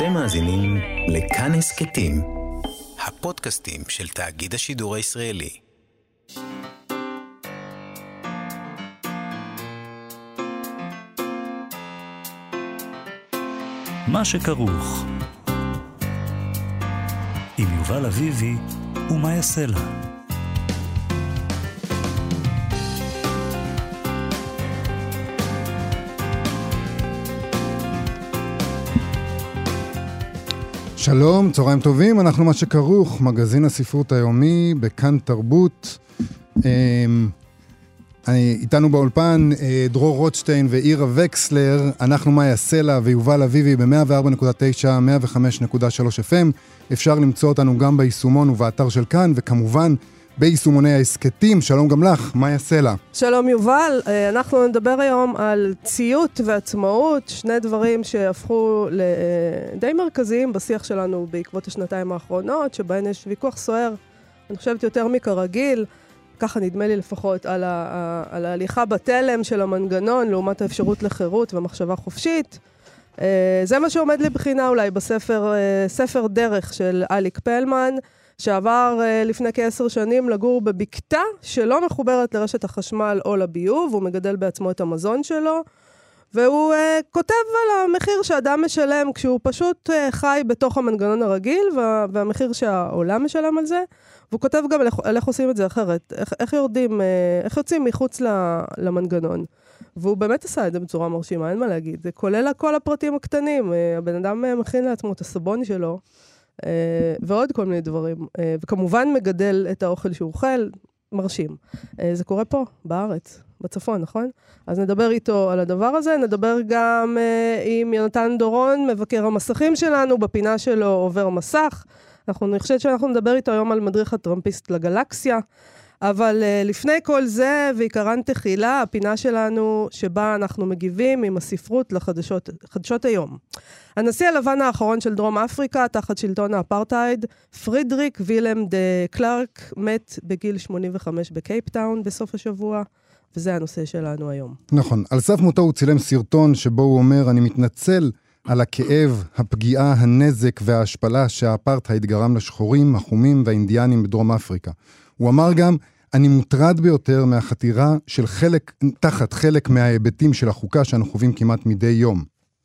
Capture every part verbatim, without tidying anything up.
אתם מאזינים לכאן הסכתים, הפודקאסטים של תאגיד השידור הישראלי. מה שכרוך עם יובל אביבי ומה יעשה לה. שלום, צהריים טובים, אנחנו מה שכרוך, מגזין הספרות היומי בכאן תרבות. איתנו באולפן דרור רוטשטיין ואירה וקסלר, אנחנו מה יעשה לה ויובל אביבי ב-מאה וארבע נקודה תשע, מאה וחמש נקודה שלוש אף אם. אפשר למצוא אותנו גם ביישומון ובאתר של כאן, וכמובן ביישומוני העסקתים. שלום גם לך, מה יעשה לה? שלום יובל, אנחנו נדבר היום על ציות ועצמאות, שני דברים שהפכו לדי מרכזיים בשיח שלנו בעקבות השנתיים האחרונות, שבהן יש ויכוח סוער, אני חושבת יותר מכרגיל, ככה נדמה לי לפחות, על, ה- על ההליכה בתלם של המנגנון, לעומת האפשרות לחירות ומחשבה חופשית. זה מה שעומד לבחינה אולי בספר ספר דרך של אליק פלמן, שעבר uh, לפני כעשר שנים לגור בבקתה שלא מחוברת לרשת החשמל או לביוב, הוא מגדל בעצמו את המזון שלו, והוא uh, כותב על המחיר שאדם משלם כשהוא פשוט uh, חי בתוך המנגנון הרגיל, וה, והמחיר שהעולם משלם על זה, והוא כותב גם על איך, על איך עושים את זה אחרת, איך, איך יורדים, uh, איך יוצאים מחוץ למנגנון. והוא באמת עשה את זה בצורה מרשימה, אין מה להגיד, זה כולל כל הפרטים הקטנים, uh, הבן אדם uh, מכין לעצמו את הסבון שלו, Uh, ועוד כל מיני דברים, uh, וכמובן מגדל את האוכל שהוא אוכל, מרשים. Uh, זה קורה פה, בארץ, בצפון, נכון? אז נדבר איתו על הדבר הזה, נדבר גם uh, עם יונתן דורון, מבקר המסכים שלנו, בפינה שלו עובר מסך. אנחנו, אני חושבת שאנחנו נדבר איתו היום על מדריך הטרמפיסט לגלקסיה, אבל uh, לפני כל זה, ועיקרן תחילה, הפינה שלנו שבה אנחנו מגיבים עם הספרות לחדשות חדשות היום. הנשיא הלבן האחרון של דרום אפריקה, תחת שלטון האפרטהייד, פרידריק וילם דה קלרק, מת בגיל שמונים וחמש בקייפטאון בסוף השבוע, וזה הנושא שלנו היום. נכון, על סף מותו הוא צילם סרטון שבו הוא אומר, אני מתנצל על הכאב, הפגיעה, הנזק וההשפלה שהאפרטהייד גרם לשחורים, החומים והאינדיאנים בדרום אפריקה. הוא אמר גם, אני מוטרד ביותר מהחתירה של חלק, תחת חלק מההיבטים של החוקה שאנו חווים כמעט מדי יום.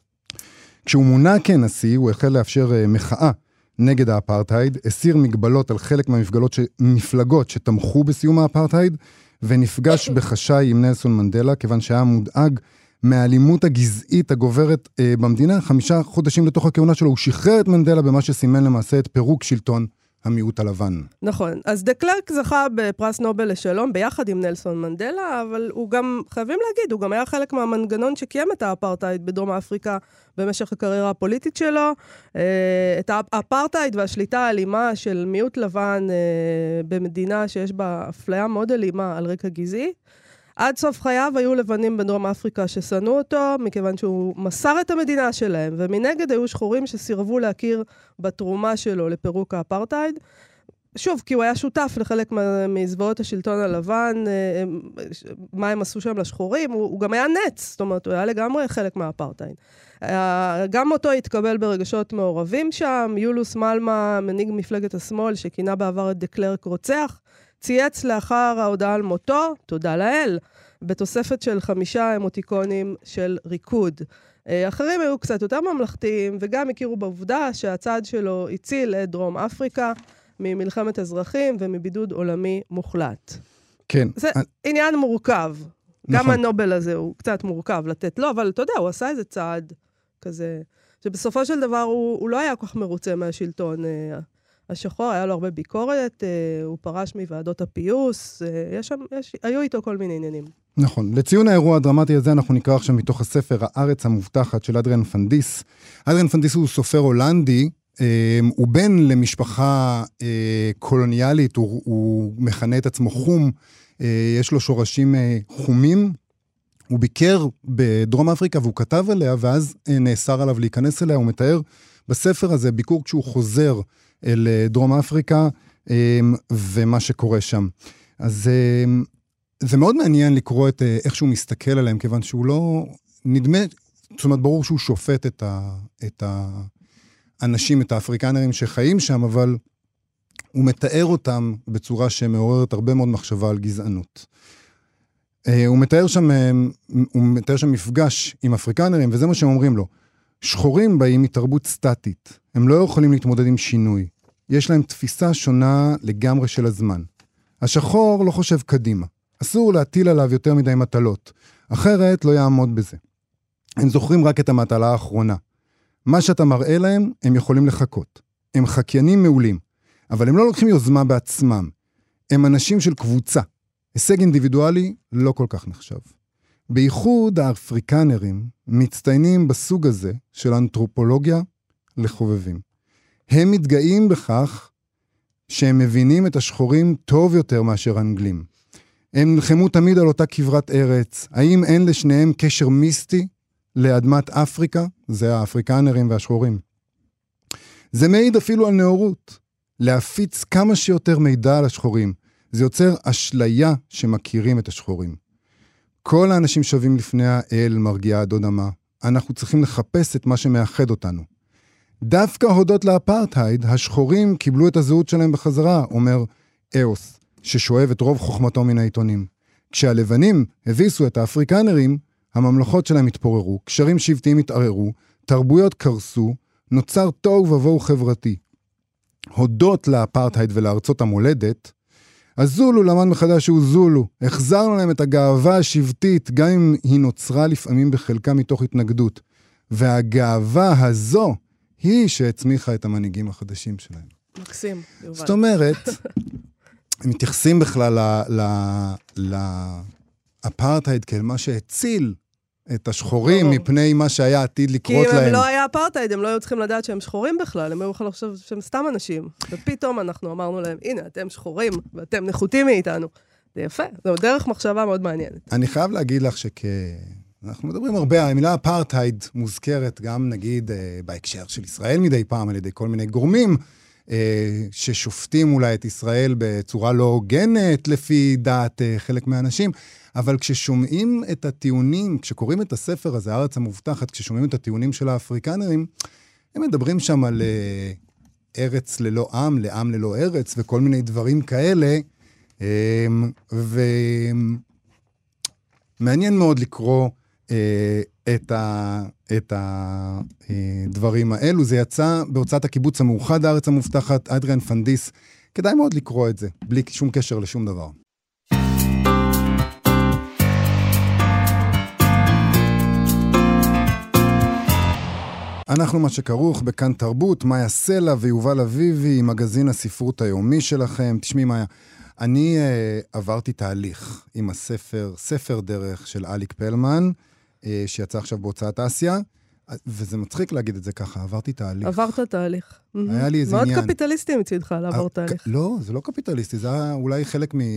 כשהוא מונה כנשיא, הוא החל לאפשר מחאה נגד האפרטהייד, הסיר מגבלות על חלק מהמפלגות שתמכו בסיום האפרטהייד, ונפגש בחשאי עם נלסון מנדלה, כיוון שהיה מודאג מהאלימות הגזעית הגוברת אה, במדינה. חמישה חודשים לתוך הכהונה שלו, הוא שחרר את מנדלה במה שסימן למעשה את פירוק שלטון המיעוט הלבן. נכון. אז דה קלרק זכה בפרס נובל לשלום ביחד עם נלסון מנדלה, אבל הוא גם, חייבים להגיד, הוא גם היה חלק מהמנגנון שקיים את האפרטהייד בדרום אפריקה במשך הקריירה הפוליטית שלו. את האפרטהייד והשליטה האלימה של מיעוט לבן במדינה שיש בה אפליה מאוד אלימה על רקע גזעי. עד סוף חייו היו לבנים בדרום אפריקה ששנאו אותו, מכיוון שהוא מסר את המדינה שלהם, ומנגד היו שחורים שסירבו להכיר בתרומה שלו לפירוק האפרטהייד. שוב, כי הוא היה שותף לחלק מזוועות השלטון הלבן, מה הם עשו שם לשחורים, הוא, הוא גם היה נץ, זאת אומרת, הוא היה לגמרי חלק מהאפרטהייד. גם אותו התקבל ברגשות מעורבים שם, יולוס מלמה, מנהיג מפלגת השמאל, שכינה בעבר את דה קלרק רוצח, צייץ לאחר ההודעה על מותו, תודה לאל, בתוספת של חמישה אמוטיקונים של ריקוד. אחרים היו קצת יותר ממלכתיים, וגם הכירו בעובדה שהצעד שלו הציל את דרום אפריקה ממלחמת אזרחים ומבידוד עולמי מוחלט. כן. זה אני... עניין מורכב. נכון. גם הנובל הזה הוא קצת מורכב לתת לו, אבל אתה יודע, הוא עשה איזה צעד כזה, שבסופו של דבר הוא, הוא לא היה כל כך מרוצה מהשלטון השחור, היה לו הרבה ביקורת, הוא פרש מוועדות הפיוס, יש שם, יש, היו איתו כל מיני עניינים. נכון. לציון האירוע הדרמטי הזה אנחנו נקרא עכשיו מתוך הספר הארץ המובטחת של אדריאן פנדיס. אדריאן פנדיס הוא סופר הולנדי, הוא בן למשפחה קולוניאלית, הוא, הוא מכנה את עצמו חום, יש לו שורשים חומים, הוא ביקר בדרום אפריקה והוא כתב עליה, ואז נאסר עליו להיכנס אליה, הוא מתאר בספר הזה ביקור כשהוא חוזר אל דרום אפריקה, ומה שקורה שם. אז זה מאוד מעניין לקרוא את איך שהוא מסתכל עליהם, כיוון שהוא לא, נדמה, זאת אומרת, ברור שהוא שופט את ה, את ה, האנשים, את האפריקנרים שחיים שם, אבל הוא מתאר אותם בצורה שמעוררת הרבה מאוד מחשבה על גזענות. הוא מתאר שם, הוא מתאר שם מפגש עם אפריקנרים, וזה מה שהם אומרים לו. שחורים באים מתרבות סטטית. הם לא יכולים להתמודד עם שינוי. יש להם תפיסה שונה לגמרי של הזמן. השחור לא חושב קדימה. אסור להטיל עליו יותר מדי מטלות. אחרת לא יעמוד בזה. הם זוכרים רק את המטלה האחרונה. מה שאתה מראה להם, הם יכולים לחכות. הם חקיינים מעולים. אבל הם לא לוקחים יוזמה בעצמם. הם אנשים של קבוצה. הישג אינדיבידואלי לא כל כך נחשב. בייחוד האפריקנרים מצטיינים בסוג הזה של אנתרופולוגיה לחובבים. הם מתגאים בכך שהם מבינים את השחורים טוב יותר מאשר אנגלים. הם נלחמו תמיד על אותה כברת ארץ. האם אין לשניהם קשר מיסטי לאדמת אפריקה? זה האפריקנרים והשחורים. זה מעיד אפילו על נאורות. להפיץ כמה שיותר מידע על השחורים. זה יוצר אשליה שמכירים את השחורים. כל האנשים שווים לפני האל, מרגיעה הדוד אמה. אנחנו צריכים לחפש את מה שמאחד אותנו. דווקא הודות לאפרטהייד, השחורים קיבלו את הזהות שלהם בחזרה, אומר אוס, ששואב את רוב חוכמתו מן העיתונים. כשהלבנים הביסו את האפריקנרים, הממלכות שלהם התפוררו, קשרים שבטיים התערערו, תרבויות קרסו, נוצר תוהו ובוהו חברתי. הודות לאפרטהייד ולארצות המולדת, הזולו למד מחדש שהוא זולו, החזרנו להם את הגאווה השבטית, גם אם היא נוצרה לפעמים בחלקה מתוך התנגדות. והגאווה הזו היא שהצמיחה את המנהיגים החדשים שלהם. מקסים, יובל. זאת אומרת, הם מתייחסים בכלל לאפרטהייד כאל מה שהציל את השחורים מפני מה שהיה עתיד לקרות להם. כי אם לא היה אפרטהייד, הם לא היו צריכים לדעת שהם שחורים בכלל, הם היו יכולים לחשוב שהם סתם אנשים. ופתאום אנחנו אמרנו להם, הנה, אתם שחורים, ואתם נחותים מאיתנו. זה יפה, זו דרך מחשבה מאוד מעניינת. אני חייב להגיד לך שכ... אנחנו מדברים הרבה, המילה אפרטהייד מוזכרת גם, נגיד, בהקשר של ישראל מדי פעם, על ידי כל מיני גורמים, ששופטים אולי את ישראל בצורה לא הוגנת, לפי דעת חלק מהאנשים, אבל כששומעים את הטיעונים, כשקוראים את הספר הזה, הארץ המובטחת, כששומעים את הטיעונים של האפריקנרים, הם מדברים שם על ארץ ללא עם, לעם ללא ארץ, וכל מיני דברים כאלה, ומעניין מאוד לקרוא את ה, את הדברים האלו. זה יצא בהוצאת הקיבוץ המאוחד, הארץ המובטחת, אדריאן פנדיס. כדאי מאוד לקרוא את זה, בלי שום קשר לשום דבר. אנחנו מה שכרוך בכאן תרבות, מאיה סלע ויובל אביבי, מגזין הספרות היומי שלכם. תשמעי מאיה, אני uh, עברתי תהליך עם הספר, ספר דרך של אליק פלמן, uh, שיצא עכשיו בהוצאת אסיה, וזה מצחיק להגיד את זה ככה, עברתי תהליך. עברת תהליך. היה לי איזה מאוד עניין. מאוד קפיטליסטי מצדך לעבור תהליך. לא, זה לא קפיטליסטי, זה היה אולי חלק מ...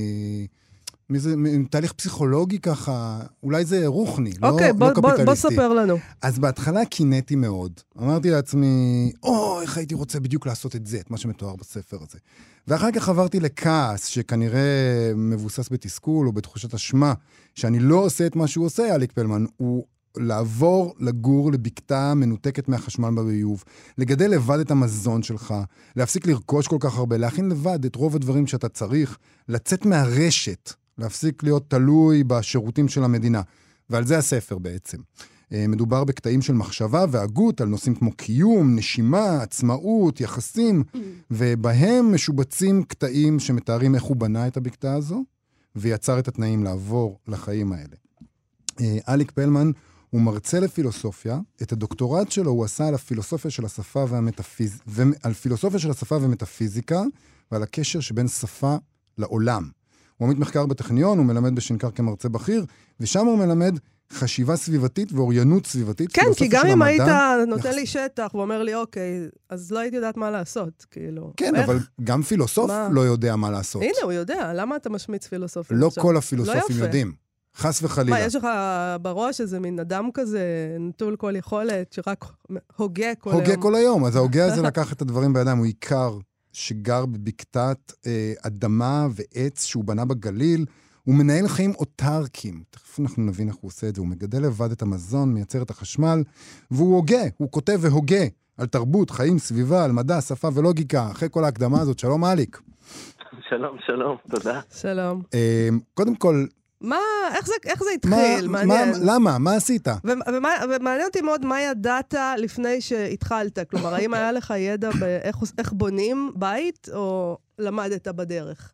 מזה, תהליך פסיכולוגי ככה, אולי זה רוחני, אוקיי, לא, בוא, לא קפיטליסטי. בוא ספר לנו. אז בהתחלה קינאתי מאוד. אמרתי לעצמי, או, איך הייתי רוצה בדיוק לעשות את זה, את מה שמתואר בספר הזה. ואחר כך עברתי לכעס, שכנראה מבוסס בתסכול או בתחושת אשמה, שאני לא עושה את מה שהוא עושה, אליק פלמן, הוא לעבור לגור לבקתה מנותקת מהחשמל בביוב, לגדל לבד את המזון שלך, להפסיק לרכוש כל כך הרבה, להכין לבד את רוב הדברים שאתה צריך, לצאת מהרשת, להפסיק להיות תלוי בשירותים של המדינה. ועל זה הספר בעצם. מדובר בקטעים של מחשבה והגות על נושאים כמו קיום, נשימה, עצמאות, יחסים, ובהם משובצים קטעים שמתארים איך הוא בנה את הבקתה הזו, ויצר את התנאים לעבור לחיים האלה. אליק פלמן הוא מרצה לפילוסופיה, את הדוקטורט שלו הוא עשה על הפילוסופיה של השפה והמטאפיז... על פילוסופיה של השפה ומטאפיזיקה, ועל הקשר שבין שפה לעולם. הוא עמית מחקר בטכניון, הוא מלמד בשנקר כמרצה בכיר, ושם הוא מלמד חשיבה סביבתית ואוריינות סביבתית. כן, כי גם אם היית נותן לי שטח ואומר לי, אוקיי, אז לא הייתי יודעת מה לעשות, כאילו. כן, אבל גם פילוסוף לא יודע מה לעשות. הנה, הוא יודע, למה אתה משמיץ פילוסופים? לא כל הפילוסופים יודעים. חס וחלילה. מה, יש לך בראש איזה מין אדם כזה, נטול כל יכולת, שרק הוגה כל היום? הוגה כל היום, אז ההוגה הזה לקח את הדברים בידיים, הוא עיקר שגר בבקתת אה, אדמה ועץ שהוא בנה בגליל, הוא מנהל חיים אוטרקים, תכף אנחנו נבין איך הוא עושה את זה, הוא מגדל לבד את המזון, מייצר את החשמל, והוא הוגה, הוא כותב והוגה, על תרבות, חיים, סביבה, על מדע, שפה ולוגיקה. אחרי כל ההקדמה הזאת, שלום אליק. שלום, שלום, תודה. שלום. קודם כל, מה, איך זה, איך זה התחיל? מה, מעניין. מה, למה? מה עשית? ו- ומה, ומעניין אותי מאוד מה ידעת לפני שהתחלת. כלומר, האם היה לך ידע באיך איך בונים בית, או למדת בדרך?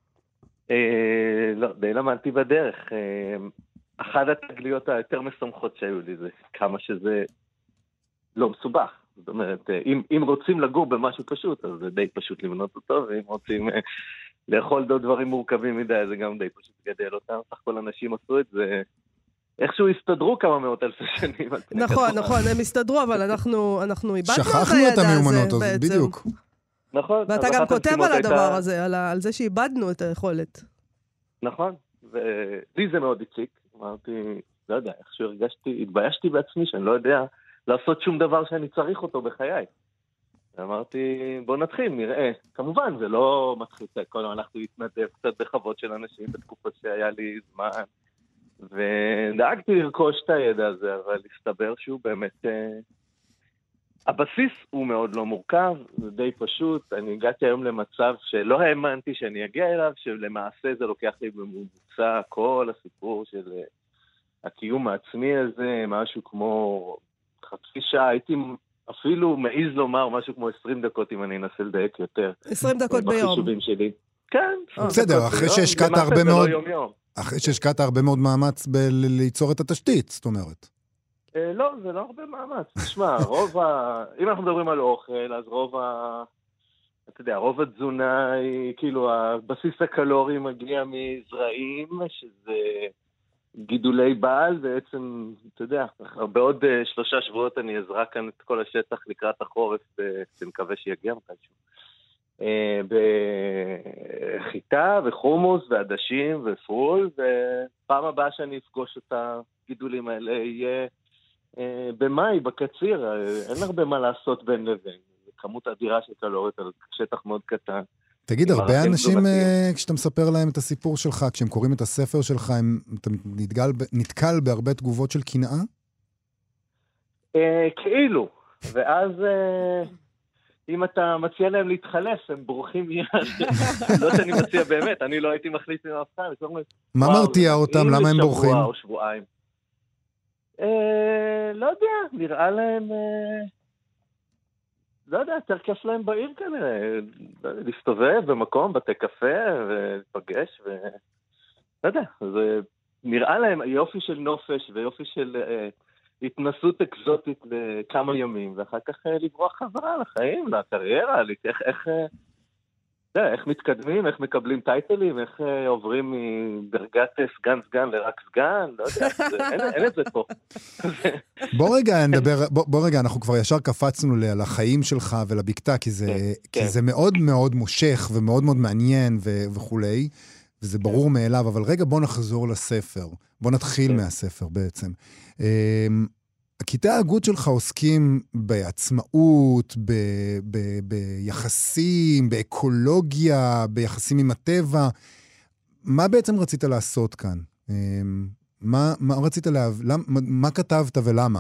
אה, לא, די למדתי בדרך. אה, אחת התגליות היותר משמחות שהיו לי זה כמה שזה לא מסובך. זאת אומרת, אם, אם רוצים לגור במשהו פשוט, אז זה די פשוט לבנות אותו, ואם רוצים אה, לאכול דו דברים מורכבים מדי, זה גם די פשוט לגדל אותם. סך כל אנשים עשו את זה, איכשהו הסתדרו כמה מאות אלפי שנים. נכון, נכון, הם הסתדרו, אבל אנחנו, אנחנו איבדנו את הידע הזה. שכחנו את המיומנות הזאת, בדיוק. נכון. ואתה גם כותב על הדבר הזה, על, על זה שאיבדנו את היכולת. נכון, ולי זה מאוד הציק. אמרתי, לא יודע, איכשהו הרגשתי, התביישתי בעצמי שאני לא יודע לעשות שום דבר שאני צריך אותו בחיי. אמרתי, בוא נתחיל, נראה. כמובן, זה לא מתחיל, כל הלכתי להתנדב קצת בחוות של אנשים בתקופה שהיה לי זמן, ודאגתי לרכוש את הידע הזה, אבל הסתבר שהוא באמת... הבסיס הוא מאוד לא מורכב, זה די פשוט. אני הגעתי היום למצב שלא האמנתי שאני אגיע אליו, שלמעשה זה לוקח לי בממוצע כל הסיפור של הקיום העצמי הזה, משהו כמו חצי שעה, הייתי אפילו מעיז לומר משהו כמו עשרים דקות אם אני אנסה לדייק יותר. עשרים דקות ביום. בחישובים שלי. כן. בסדר, אחרי שהשקעת הרבה מאוד, אחרי שהשקעת הרבה מאוד מאמץ ליצור את התשתית, זאת אומרת. לא, זה לא הרבה מאמץ. תשמע, רוב ה... אם אנחנו מדברים על אוכל, אז רוב ה... אתה יודע, רוב התזונה היא, כאילו, הבסיס הקלורי מגיע מזרעים, שזה גידולי בעל, בעצם, אתה יודע, בעוד שלושה שבועות אני אזרע כאן את כל השטח לקראת החורף, שנקווה שיגיע מתישהו. בחיטה וחומוס ועדשים ופרול, ופעם הבאה שאני אפגוש את הגידולים האלה יהיה במאי, בקציר, אין הרבה מה לעשות בין לבין. זו כמות אדירה של קלוריות על שטח מאוד קטן. תגיד, הרבה אנשים, כשאתה מספר להם את הסיפור שלך, כשהם קוראים את הספר שלך, אתה נתקל בהרבה תגובות של קנאה? כאילו. ואז אם אתה מציע להם להתחלף, הם בורחים מיד. לא שאני מציע באמת, אני לא הייתי מחליט עם אף אחד. מה מרתיע אותם? למה הם בורחים? שבוע או שבועיים. לא יודע, נראה להם, לא יודע, יותר כיף להם בעיר כנראה, להסתובב במקום, בתי קפה ולפגש, לא יודע, זה נראה להם יופי של נופש ויופי של התנסות אקזוטית לכמה ימים, ואחר כך לברוח חזרה לחיים, לקריירה, איך, איך, איך מתקדמים, איך מקבלים טייטלים, איך עוברים מדרגת סגן סגן לרק סגן, לא יודע, אין, אין את זה פה. בוא רגע נדבר, בוא, בוא רגע, אנחנו כבר ישר קפצנו לחיים שלך ולבקתה, כי זה, כן, כי כן. זה מאוד מאוד מושך ומאוד מאוד מעניין ו- וכולי, וזה ברור מאליו, אבל רגע בוא נחזור לספר, בוא נתחיל כן. מהספר בעצם. הכיתה ההגות שלך עוסקים בעצמאות, ב- ב- ביחסים, באקולוגיה, ביחסים עם הטבע. מה בעצם רצית לעשות כאן? מה, מה רצית לה... למה, מה כתבת ולמה?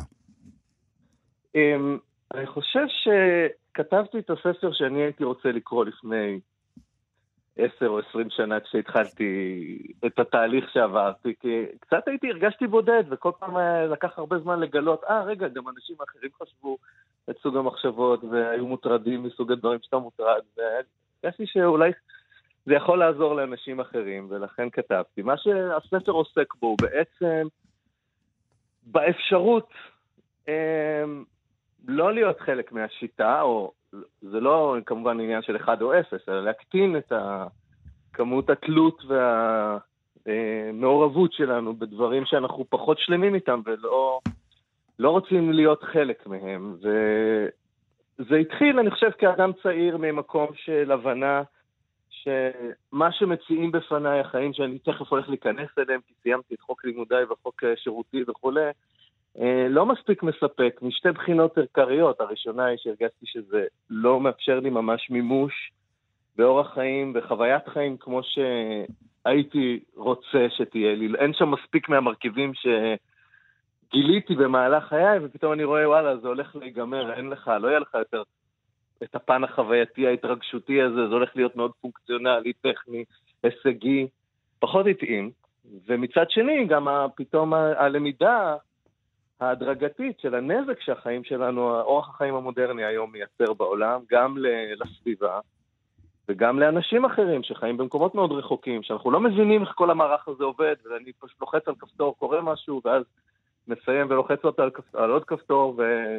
אני חושב שכתבתי את הספר שאני הייתי רוצה לקרוא לפני עשר או עשרים שנה כשהתחלתי את התהליך שעברתי, כי קצת הייתי, הרגשתי בודד, וכל פעם לקח הרבה זמן לגלות, אה, רגע, גם אנשים אחרים חשבו את סוג המחשבות, והיו מוטרדים מסוג הדברים שאתה מוטרד, והרגשתי שאולי זה יכול לעזור לאנשים אחרים, ולכן כתבתי. מה שהספר עוסק בו, בעצם, באפשרות אה, לא להיות חלק מהשיטה, או זה לא כמובן עניין של אחד או אפס, אלא להקטין את כמות התלות והמעורבות שלנו בדברים שאנחנו פחות שלמים איתם ולא לא רוצים להיות חלק מהם. וזה התחיל, אני חושב, כאדם צעיר ממקום של הבנה שמה שמציעים בפניי החיים שאני תכף הולך להיכנס אליהם, כי סיימתי את חוק לימודיי וחוק שירותי וכו', לא מספיק מספק, משתי בחינות עיקריות. הראשונה היא שהרגשתי שזה לא מאפשר לי ממש מימוש באורח חיים, בחוויית חיים כמו שהייתי רוצה שתהיה לי. אין שם מספיק מהמרכיבים ש... גיליתי במהלך חיי, ופתאום אני רואה, וואלה, זה הולך להיגמר, אין לך, לא יהיה לך יותר את הפן החווייתי, ההתרגשותי הזה, זה הולך להיות מאוד פונקציונלי, טכני, הישגי, פחות התאים. ומצד שני, גם פתאום הלמידה ההדרגתית של הנזק שהחיים שלנו, אורח החיים המודרני היום מייצר בעולם, גם לסביבה, וגם לאנשים אחרים שחיים במקומות מאוד רחוקים, שאנחנו לא מבינים איך כל המערך הזה עובד, ואני פשוט לוחץ על כפתור, קורא משהו, ואז מסיים ולוחץ אותה על, כפ... על עוד כפתור,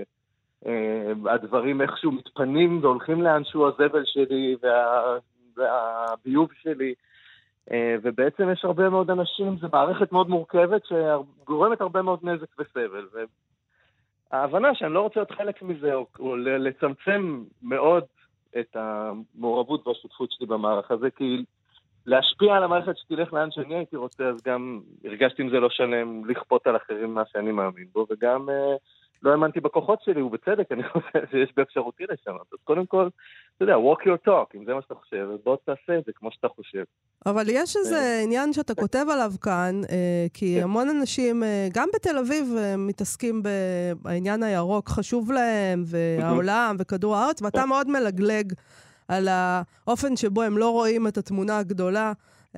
והדברים איכשהו מתפנים והולכים לאנשהו הזבל שלי וה... והביוב שלי, ובעצם יש הרבה מאוד אנשים, זו מערכת מאוד מורכבת שגורמת הרבה מאוד נזק וסבל, וההבנה שאני לא רוצה להיות חלק מזה, או, או לצמצם מאוד את המעורבות והשותפות שלי במערך הזה, כי להשפיע על המערכת שתלך לאן שאני הייתי רוצה, אז גם הרגשתי עם זה לא שלם לכפות על אחרים מה שאני מאמין בו, וגם אה, לא האמנתי בכוחות שלי, ובצדק אני חושב שיש באפשרותי לשנות. אז קודם כל, אתה יודע, walk your talk, אם זה מה שאתה חושב, בוא תעשה את זה כמו שאתה חושב. אבל יש איזה עניין שאתה כותב עליו כאן, כי המון אנשים, גם בתל אביב, מתעסקים בעניין הירוק, חשוב להם, והעולם, וכדור הארץ, ואתה מאוד מלגלג על האופן שבו הם לא רואים את התמונה הגדולה,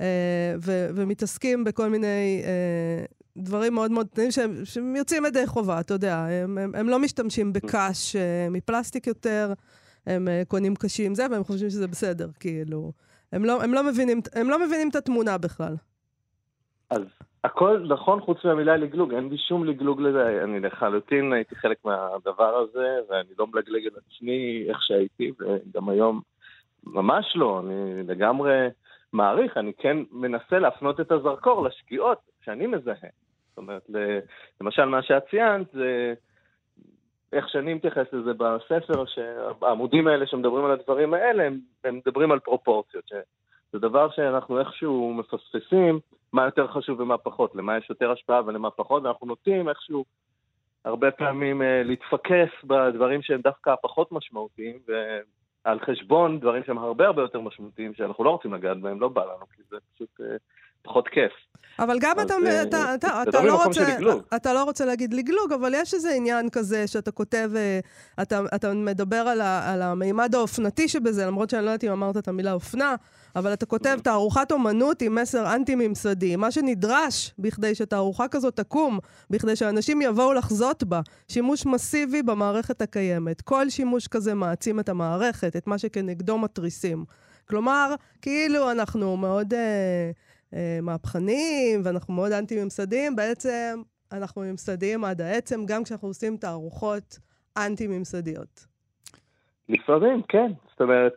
ומתעסקים בכל מיני דברים מאוד מאוד קטנים שהם יוצאים ידי חובה, אתה יודע, הם לא משתמשים בקש מפלסטיק יותר, הם קונים קשים זה, והם חושבים שזה בסדר, כאילו. הם לא, הם לא מבינים, הם לא מבינים את התמונה בכלל. אז הכל נכון חוץ מהמילה לגלוג, אין לי שום לגלוג לזה, אני לחלוטין הייתי חלק מהדבר הזה, ואני לא מלגלג על עצמי איך שהייתי, וגם היום ממש לא, אני לגמרי מעריך, אני כן מנסה להפנות את הזרקור לשגיאות שאני מזהה. זאת אומרת, למשל מה שאת ציינת, זה איך שאני מתייחס לזה בספר, שהעמודים האלה שמדברים על הדברים האלה, הם, הם מדברים על פרופורציות, שזה דבר שאנחנו איכשהו מפספסים, מה יותר חשוב ומה פחות, למה יש יותר השפעה ולמה פחות, ואנחנו נוטים איכשהו הרבה פעמים להתפקס בדברים שהם דווקא פחות משמעותיים, ועל חשבון דברים שהם הרבה הרבה יותר משמעותיים, שאנחנו לא רוצים לגעת בהם, לא בא לנו, כי זה פשוט פחות כיף. אבל גם אתה, אתה, אתה, אתה, לא רוצה, אתה לא רוצה להגיד לגלוג, אבל יש איזה עניין כזה שאתה כותב, אתה, אתה מדבר על, ה, על המימד האופנתי שבזה, למרות שאני לא יודעת אם אמרת את המילה אופנה, אבל אתה כותב תערוכת אומנות עם מסר אנטי-ממסדי, מה שנדרש בכדי שתערוכה כזאת תקום, בכדי שאנשים יבואו לחזות בה, שימוש מסיבי במערכת הקיימת. כל שימוש כזה מעצים את המערכת, את מה שכנגדו מטריסים. כלומר, כאילו אנחנו מאוד uh, uh, מהפכנים, ואנחנו מאוד אנטי-ממסדיים, בעצם אנחנו ממסדיים עד העצם, גם כשאנחנו עושים תערוכות אנטי-ממסדיות. לפעמים, כן. זאת אומרת,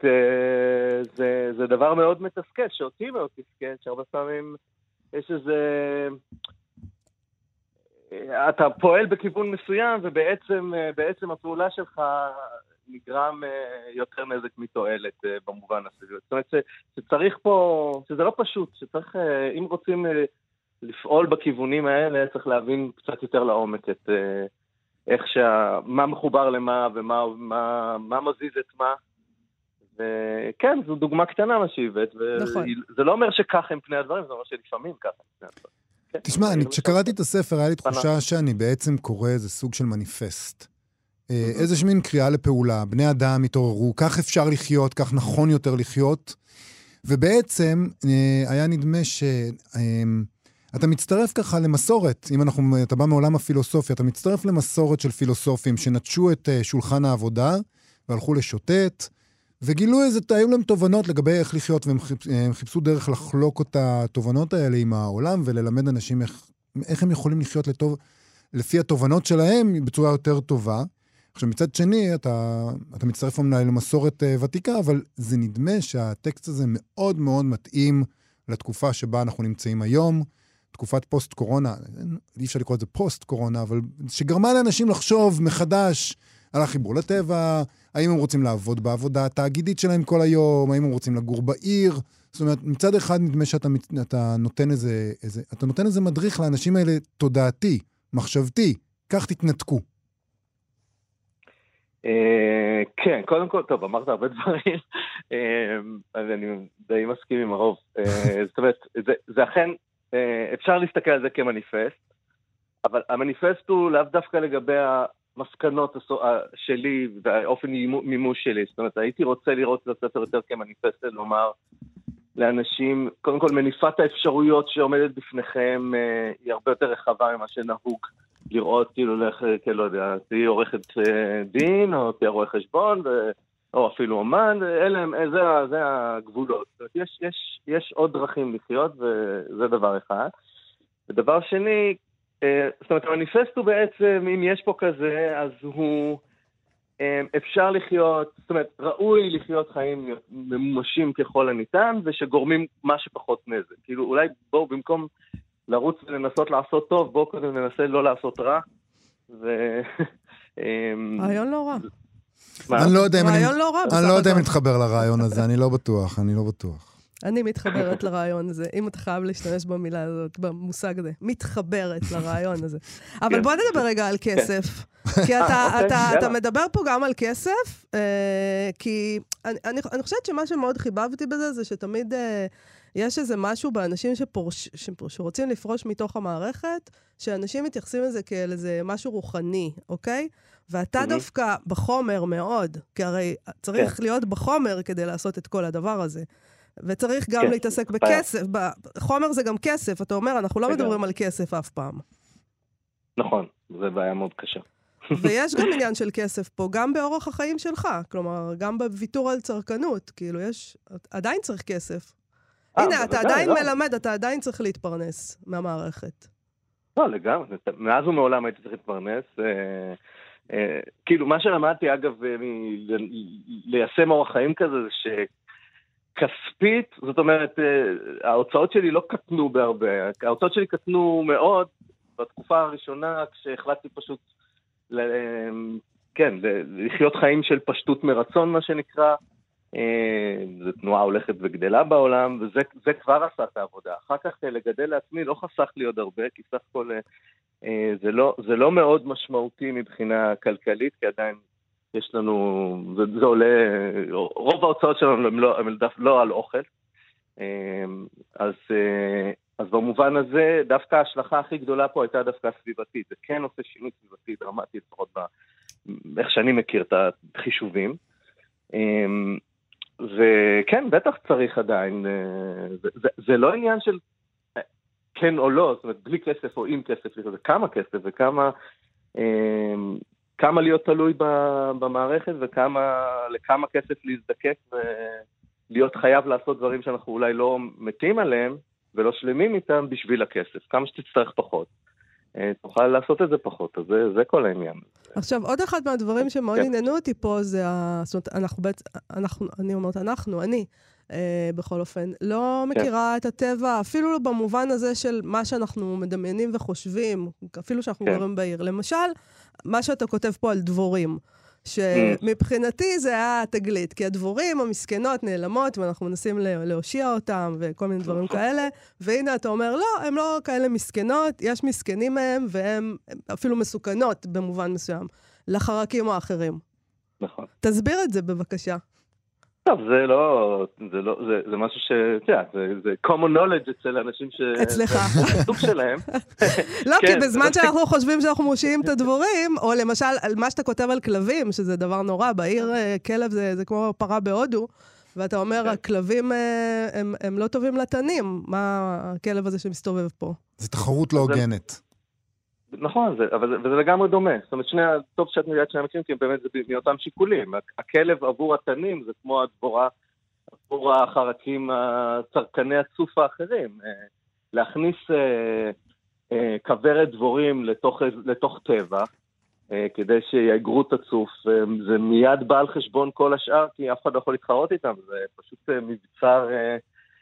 זה, זה דבר מאוד מתסכל, שאותי מאוד מתסכל, שהרבה פעמים יש איזה... אתה פועל בכיוון מסוים, ובעצם בעצם הפעולה שלך נגרם יותר נזק מתועלת במובן הזה. זאת אומרת, שצריך פה, שזה לא פשוט, שצריך, אם רוצים לפעול בכיוונים האלה, צריך להבין קצת יותר לעומק את... איך שה... מה מחובר למה ומה מה, מה מזיז את מה. וכן, זו דוגמה קטנה מה שהבאת, נכון. וזה לא אומר שכך הם פני הדברים, זה אומר שלפעמים ככה הם פני הדברים. כן. תשמע, אני, כשקראתי את הספר, היה לי תחושה שאני בעצם קורא איזה סוג של מניפסט. איזה שמין קריאה לפעולה, בני אדם התעוררו, כך אפשר לחיות, כך נכון יותר לחיות, ובעצם היה נדמה ש... אתה מצטרף ככה למסורת, אם אנחנו, אתה בא מעולם הפילוסופיה, אתה מצטרף למסורת של פילוסופים שנטשו את שולחן העבודה, והלכו לשוטט, וגילו איזה, היו להם תובנות לגבי איך לחיות, והם חיפשו דרך לחלוק את התובנות האלה עם העולם, וללמד אנשים איך, איך הם יכולים לחיות לטוב, לפי התובנות שלהם בצורה יותר טובה. עכשיו מצד שני, אתה, אתה מצטרף אולי למסורת ותיקה, אבל זה נדמה שהטקסט הזה מאוד מאוד מתאים לתקופה שבה אנחנו נמצאים היום, תקופת פוסט-קורונה, אי אפשר לקרוא את זה פוסט-קורונה, אבל שגרמה לאנשים לחשוב מחדש על החיבור לטבע, האם הם רוצים לעבוד בעבודה התאגידית שלהם כל היום, האם הם רוצים לגור בעיר. זאת אומרת, מצד אחד נדמה שאתה אתה נותן איזה, איזה, אתה נותן איזה מדריך לאנשים האלה תודעתי, מחשבתי, כך תתנתקו. כן, קודם כל, טוב, אמרת הרבה דברים, אז אני די מסכים עם הרוב. זאת אומרת, זה אכן, אפשר להסתכל על זה כמניפסט, אבל המניפסט הוא לאו דווקא לגבי המסקנות שלי והאופן מימוש שלי. זאת אומרת, הייתי רוצה לראות את הספר יותר כמניפסט, לומר לאנשים, קודם כל מניפת האפשרויות שעומדת בפניכם היא הרבה יותר רחבה ממה שנהוג לראות, כאילו, לא יודע, תהי עורכת דין או תהי רואה חשבון או אפילו אומן, אלה, זה, זה הגבולות. זאת אומרת, יש, יש, יש עוד דרכים לחיות וזה דבר אחד. ודבר שני, זאת אומרת, המניפסט הוא בעצם, אם יש פה כזה, אז הוא אפשר לחיות, זאת אומרת, ראוי לחיות חיים ממומשים ככל הניתן, ושגורמים מה שפחות נזק. כאילו, אולי בואו, במקום לרוץ ולנסות לעשות טוב, בואו קודם ננסה לא לעשות רע. ו... רעיון לא רע. אני לא יודע אם רעיון לא רע. אני לא יודע אם מתחבר לרעיון הזה, אני לא בטוח, אני לא בטוח. אני מתחברת לרעיון הזה, אם אתה חייב להשתמש במילה הזאת, במושג הזה, מתחברת לרעיון הזה. אבל בוא נדבר רגע על כסף, כי אתה מדבר פה גם על כסף, כי אני חושבת שמה שמאוד חיבבתי בזה, זה שתמיד יש איזה משהו באנשים שרוצים לפרוש מתוך המערכת, שאנשים מתייחסים לזה כאל איזה משהו רוחני, אוקיי? ואתה דווקא בחומר מאוד, כי הרי צריך להיות בחומר כדי לעשות את כל הדבר הזה. וצריך גם להתעסק בכסף. חומר זה גם כסף. אתה אומר, אנחנו לא מדברים על כסף אף פעם. נכון, זה בעיה מאוד קשה. ויש גם עניין של כסף פה, גם באורח החיים שלך. כלומר, גם בוויתור על צרכנות. כאילו, יש... עדיין צריך כסף. הנה, אתה עדיין מלמד, אתה עדיין צריך להתפרנס מהמערכת. לא, לגמרי. מאז ומעולם הייתי צריך להתפרנס. כאילו, מה שלמדתי, אגב, ליישם אורח חיים כזה, זה ש... כספית, זאת אומרת, ההוצאות שלי לא קטנו בהרבה, ההוצאות שלי קטנו מאוד בתקופה הראשונה, כשהחלטתי פשוט, כן, לחיות חיים של פשטות מרצון, מה שנקרא, זו תנועה הולכת וגדלה בעולם, וזה כבר עשה את העבודה. אחר כך לגדל לעצמי לא חסך לי עוד הרבה, כי סך הכל זה לא, זה לא מאוד משמעותי מבחינה כלכלית, כי עדיין יש לנו, זה, זה עולה, רוב ההוצאות שלנו הם לא, הם לא על אוכל. אז, אז במובן הזה, דווקא ההשלכה הכי גדולה פה הייתה דווקא סביבתית. זה כן עושה שינוי סביבתי דרמטי, לפחות באיך שאני מכיר את החישובים. וכן, בטח צריך עדיין, זה, זה, זה לא עניין של כן או לא, זאת אומרת, בלי כסף או עם כסף, זה כמה כסף וכמה... כמה להיות תלוי במערכת וכמה, לכמה כסף להזדקק ולהיות חייב לעשות דברים שאנחנו אולי לא מתים עליהם ולא שלמים איתם בשביל הכסף. כמה שתצטרך פחות. תוכל לעשות את זה פחות, אז זה, זה כל העניין. עכשיו, עוד אחד מהדברים שמאוד כן. עניינו אותי פה זה, זאת אומרת, אנחנו בעצם, אנחנו, אני אומרת, אנחנו, אני, אה, בכל אופן, לא מכירה כן. את הטבע, אפילו במובן הזה של מה שאנחנו מדמיינים וחושבים, אפילו שאנחנו כן. גרים בעיר. למשל, מה שאתה כותב פה על דבורים, שמבחינתי זה היה תגלית, כי הדבורים המסכנות נעלמות, ואנחנו מנסים להושיע אותם, וכל מיני דברים כאלה, והנה אתה אומר, לא, הם לא כאלה מסכנות, יש מסכנים מהם, והם אפילו מסוכנות במובן מסוים, לחרקים או האחרים. נכון. תסביר את זה בבקשה. טוב, זה לא, זה לא, זה, זה משהו ש, תראה, זה, זה common knowledge אצל אנשים ש... אצלך. זה הסוג שלהם. לא, כי בזמן שאנחנו חושבים שאנחנו מושיעים את הדבורים, או למשל, על מה שאתה כותב על כלבים, שזה דבר נורא, בעיר כלב זה, זה כמו פרה בהודו, ואתה אומר, הכלבים הם, הם לא טובים לתנים, מה הכלב הזה שמסתובב פה? זה תחרות לא הוגנת. נכון, זה, אבל זה, וזה לגמרי דומה. זאת אומרת, שני, טוב שאת מביאת שני המקרים, כי באמת זה מאותם שיקולים. הכלב עבור התנים זה כמו הדבורה, עבור החרקים הצרכני הצוף האחרים. להכניס אה, אה, כברת דבורים לתוך, לתוך טבע, אה, כדי שיגרו את הצוף, אה, זה מיד בא על חשבון כל השאר, כי אף אחד לא יכול להתחרות איתם. זה פשוט אה, מבצר, אה,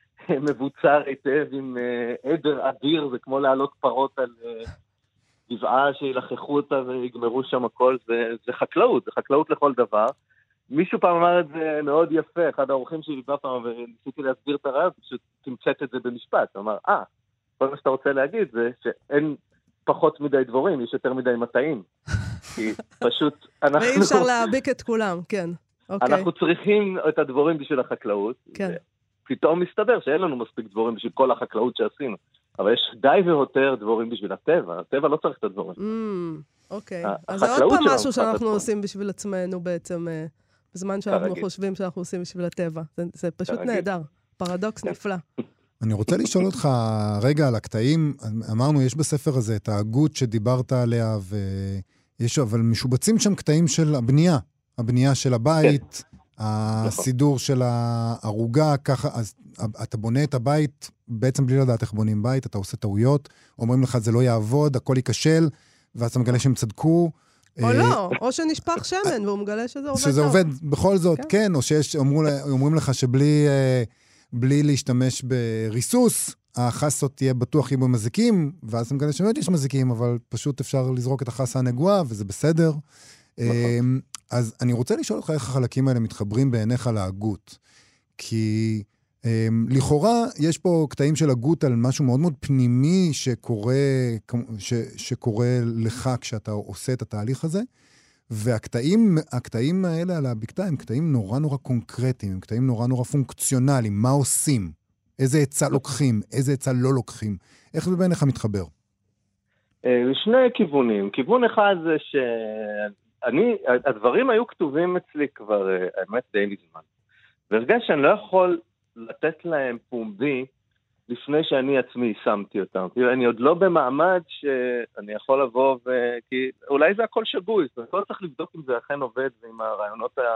מבוצר היטב עם אה, עדר אדיר, זה כמו לעלות פרות על... אה, גבעה שילחכו אותה ויגמרו שם הכל, זה, זה חקלאות, זה חקלאות לכל דבר. מישהו פעם אמר את זה מאוד יפה, אחד האורחים שלי בא פעם, וניסיתי להסביר את הרעיון, פשוט תמצאת את זה במשפט. הוא אמר, אה, כל מה שאתה רוצה להגיד זה שאין פחות מדי דבורים, יש יותר מדי מטעים. כי פשוט אנחנו... ואי אפשר להביק את כולם, כן. אוקיי. אנחנו צריכים את הדבורים בשביל החקלאות. כן. פתאום מסתבר שאין לנו מספיק דבורים בשביל כל החקלאות שעשינו. אבל יש די ויותר דבורים בשביל הטבע. הטבע לא צריך את הדבורים. אוקיי. אז זה עוד פעם משהו שאנחנו עושים בשביל עצמנו בעצם, בזמן שאנחנו חושבים שאנחנו עושים בשביל הטבע. זה פשוט נהדר. פרדוקס נפלא. אני רוצה לשאול אותך רגע על הקטעים. אמרנו, יש בספר הזה את ההגות שדיברת עליה, ויש, אבל משובצים שם קטעים של הבנייה. הבנייה של הבית, הסידור של הערוגה, ככה, אז אתה בונה את הבית, בעצם בלי לדעת איך בונים בית, אתה עושה טעויות, אומרים לך זה לא יעבוד, הכל ייכשל, ואז אתה מגלה שהם צדקו. או לא, או שנשפך שמן, והוא מגלה שזה עובד טוב. שזה עובד בכל זאת, כן, או שאומרים לך שבלי בלי להשתמש בריסוס, החסות תהיה בטוח יהיו במזיקים, ואז אתה מגלה שבאמת יש מזיקים, אבל פשוט אפשר לזרוק את החסה הנגועה, וזה בסדר. אז אני רוצה לשאול אותך איך החלקים האלה מתחברים בעיניך להגות. כי לכאורה יש פה קטעים של הגות על משהו מאוד מאוד פנימי שקורה, ש, שקורה לך כשאתה עושה את התהליך הזה, והקטעים הקטעים האלה על הבקתה הם קטעים נורא נורא קונקרטיים, הם קטעים נורא נורא פונקציונליים, מה עושים, איזה עצה לוקחים, איזה עצה לא לוקחים, איך זה בעיניך מתחבר? לשני כיוונים. כיוון אחד זה שאני, הדברים היו כתובים אצלי כבר, האמת די מזמן, והרגש שאני לא יכול לתת להם פומבי לפני שאני עצמי שמתי אותם. אני עוד לא במעמד שאני יכול לבוא ו... כי אולי זה הכל שגוי, זאת אומרת, לא צריך לבדוק אם זה אכן עובד, ועם הרעיונות ה...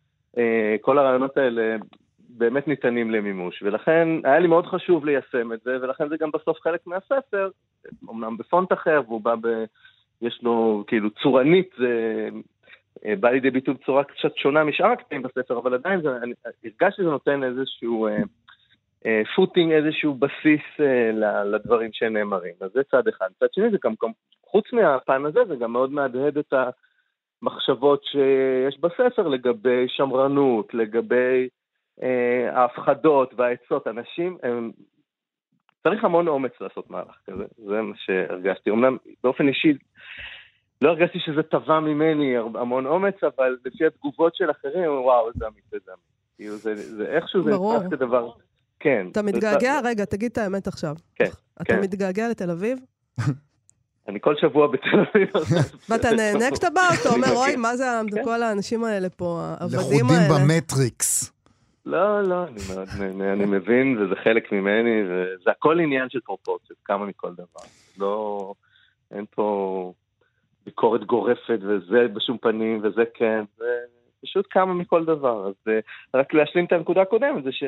כל הרעיונות האלה באמת ניתנים למימוש, ולכן היה לי מאוד חשוב ליישם את זה, ולכן זה גם בסוף חלק מהספר, אמנם בפונט אחר, והוא בא ב... יש לו כאילו צורנית, זה... בא לידי ביטוי בצורה קצת שונה משאר הקטעים בספר, אבל עדיין זה, אני, הרגש שזה נותן איזשהו אה, אה, פוטינג, איזשהו בסיס אה, לדברים שנאמרים. אז זה צד אחד. צד שני, זה גם, חוץ מהפן הזה, זה גם מאוד מהדהד את המחשבות שיש בספר לגבי שמרנות, לגבי אה, ההפחדות והעצות. אנשים, הם, צריך המון אומץ לעשות מהלך כזה. זה מה שהרגשתי. אמנם באופן אישי, לא הרגשתי שזה טבע ממני המון אומץ, אבל לפי התגובות של אחרים, וואו, זה אמיתי, זה אמיתי. זה, זה איכשהו זה נתפס כדבר. כן. אתה מתגעגע? רגע, תגיד את האמת עכשיו. כן. אתה מתגעגע לתל אביב? אני כל שבוע בתל אביב. ואתה נהנה כשאתה בא, אתה אומר, אוי, מה זה כל האנשים האלה פה, העבדים האלה? לחודים במטריקס. לא, לא, אני מאוד נהנה, אני מבין, וזה חלק ממני, וזה הכל עניין של פרופורציות, כמה מכל דבר. לא, אין פה... ביקורת גורפת, וזה בשום פנים, וזה כן, זה פשוט כמה מכל דבר. אז רק להשלים את הנקודה הקודמת, זה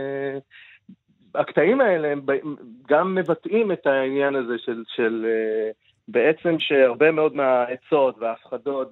שהקטעים האלה הם גם מבטאים את העניין הזה של, של בעצם שהרבה מאוד מהעצות וההפחדות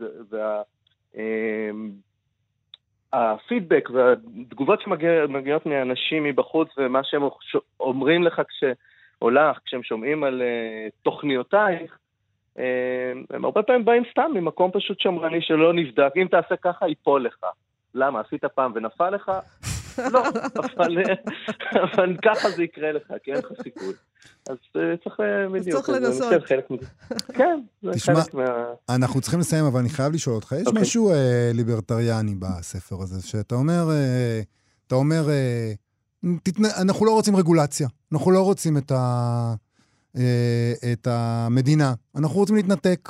והפידבק והתגובות שמגיעות מאנשים מבחוץ, ומה שהם אומרים לך כשהולך, כשהם שומעים על תוכניותייך, הם הרבה פעמים באים סתם ממקום פשוט שמרני שלא נבדק. אם תעשה ככה, ייפול לך. למה? עשית פעם ונפל לך? לא, אבל, אבל ככה זה יקרה לך, כי אין לך סיכוי. אז צריך בדיוק. צריך לנסות. כן, זה תשמע, חלק מה... אנחנו צריכים לסיים, אבל אני חייב לשאול אותך, יש okay. משהו אה, ליברטריאני בספר הזה, שאתה אומר, אה, אתה אומר, אה, תתנ... אנחנו לא רוצים רגולציה, אנחנו לא רוצים את ה... את המדינה. אנחנו רוצים להתנתק.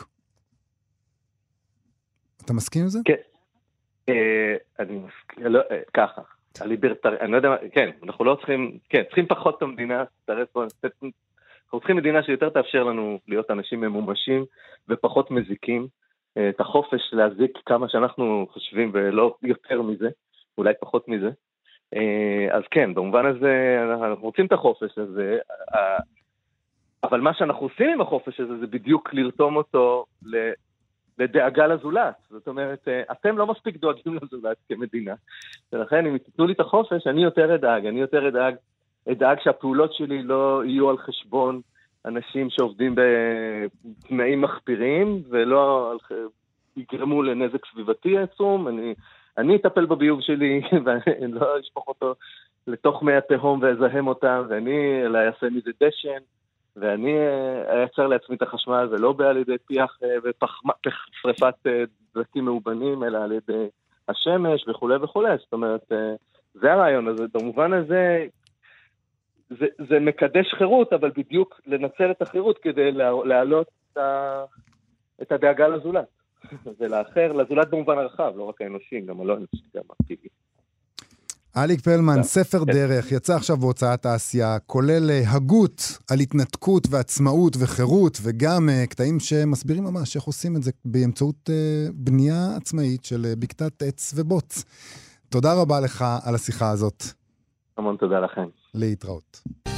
אתה מסכים עם זה? כן. אני מסכים, ככה. הליברטרי, אני לא יודע מה, כן, אנחנו לא צריכים, כן, צריכים פחות את המדינה, אנחנו צריכים מדינה שיותר תאפשר לנו להיות אנשים ממומשים ופחות מזיקים, את החופש להזיק כמה שאנחנו חושבים ולא יותר מזה, אולי פחות מזה. אז כן, במובן הזה אנחנו רוצים את החופש הזה, אבל מה שאנחנו עושים עם החופש הזה, זה בדיוק לרתום אותו לדאגה לזולת. זאת אומרת, אתם לא מספיק דואגים לזולת כמדינה. ולכן, אם תיתנו לי את החופש, אני יותר אדאג. אני יותר אדאג, אדאג שהפעולות שלי לא יהיו על חשבון אנשים שעובדים בתנאים מחפירים, ולא יגרמו לנזק סביבתי עצום. אני, אני אטפל בביוב שלי, ואני לא אשפוך אותו לתוך מי התהום ואזהם אותם, ואני אולי אעשה מזה דשן. ואני אייצר לעצמי את החשמל, ולא בא על ידי פיח ושרפת דלקים מאובנים, אלא על ידי השמש וכו' וכו'. זאת אומרת, זה הרעיון הזה. במובן הזה, זה, זה מקדש חירות, אבל בדיוק לנצל את החירות כדי להעלות את, ה, את הדאגה לזולת. זה לאחר, לזולת במובן הרחב, לא רק האנושי, גם הלא אנושי, גם הטבעי. אליק פלמן, ספר דרך, יצא עכשיו בהוצאת העשייה, כולל הגות על התנתקות ועצמאות וחירות, וגם קטעים שמסבירים ממש איך עושים את זה באמצעות בנייה עצמאית של בקתת עץ ובוץ. תודה רבה לך על השיחה הזאת. המון תודה לכם. להתראות.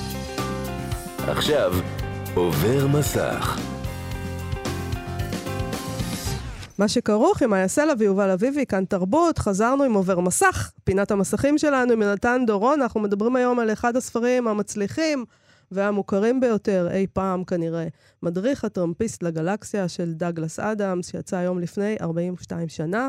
עכשיו עובר מסך. מה שכרוך עם מאיה סלע ויובל אביבי, כאן תרבות, חזרנו עם עובר מסך, פינת המסכים שלנו עם יונתן דורון, אנחנו מדברים היום על אחד הספרים המצליחים והמוכרים ביותר אי פעם כנראה, מדריך הטרמפיסט לגלקסיה של דאגלס אדמס, שיצא היום לפני ארבעים ושתיים שנה.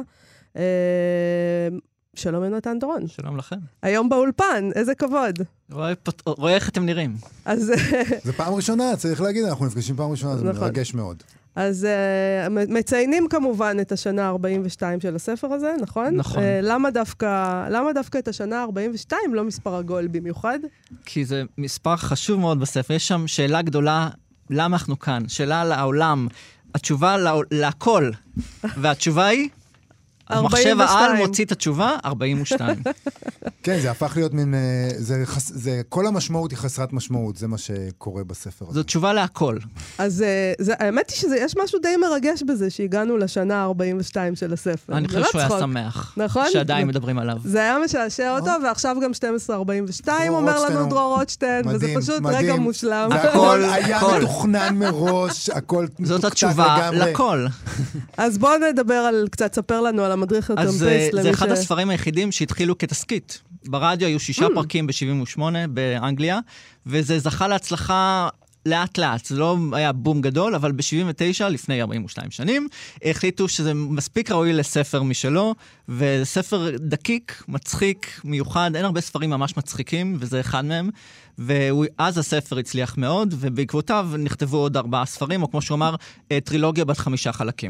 שלום יונתן דורון. שלום לכם. היום באולפן, איזה כבוד. רואה, רואה איך אתם נראים. אז... זה פעם ראשונה, צריך להגיד, אנחנו נפגשים פעם ראשונה, זה מרגש מאוד. אז uh, מציינים כמובן את השנה ה-ארבעים ושתיים של הספר הזה, נכון? נכון. Uh, למה דווקא, למה דווקא את השנה ה-ארבעים ושתיים, לא מספר עגול במיוחד? כי זה מספר חשוב מאוד בספר. יש שם שאלה גדולה, למה אנחנו כאן? שאלה לעולם. התשובה לא, לכל. והתשובה היא, המחשב העל מוציא את התשובה, ארבעים ושתיים. כן, זה הפך להיות מין, זה, זה, כל המשמעות היא חסרת משמעות, זה מה שקורה בספר הזה. זו תשובה להכל. אז זה, האמת היא שיש משהו די מרגש בזה, שהגענו לשנה ה-ארבעים ושתיים של הספר. אני חושב שהוא היה שמח. נכון? שעדיין מדברים עליו. זה היה משעשע אותו, ועכשיו גם שתים עשרה ארבעים ושתיים אומר לנו דרור רוטשטיין, וזה פשוט רגע מושלם. זה הכל היה מתוכנן מראש, הכל זאת התשובה לכל. אז בואו נדבר על, קצת ספר לנו על המדריך הטרמפיסט. אז זה אחד הספרים היחידים שהתחילו כתסקית. ברדיו היו שישה פרקים ב-שבעים ושמונה באנגליה, וזה זכה להצלחה לאט לאט. זה לא היה בום גדול, אבל ב-שבעים ותשע, לפני ארבעים ושתיים שנים, החליטו שזה מספיק ראוי לספר משלו, וספר דקיק, מצחיק, מיוחד. אין הרבה ספרים ממש מצחיקים, וזה אחד מהם. ואז הספר הצליח מאוד, ובעקבותיו נכתבו עוד ארבעה ספרים, או כמו שהוא אמר, טרילוגיה בת חמישה חלקים.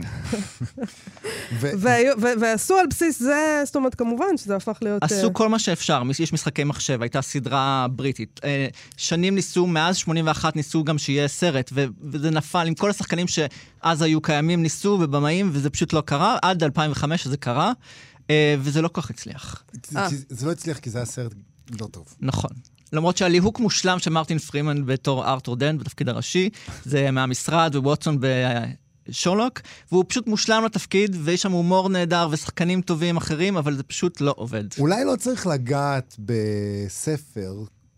ועשו על בסיס זה, זאת אומרת, כמובן שזה הפך להיות... עשו כל מה שאפשר, יש משחקי מחשב, הייתה סדרה בריטית. שנים ניסו, מאז שמונים ואחת ניסו גם שיהיה סרט, וזה נפל עם כל השחקנים שאז היו קיימים, ניסו ובמאים, וזה פשוט לא קרה, עד אלפיים וחמש זה קרה, וזה לא כל כך הצליח. זה לא הצליח כי זה היה סרט לא טוב. נכון. למרות שהליהוק מושלם של מרטין פרימן בתור ארתור דנט בתפקיד הראשי, זה מהמשרד וווטסון בשורלוק, והוא פשוט מושלם לתפקיד, ויש שם הומור נהדר ושחקנים טובים אחרים, אבל זה פשוט לא עובד. אולי לא צריך לגעת בספר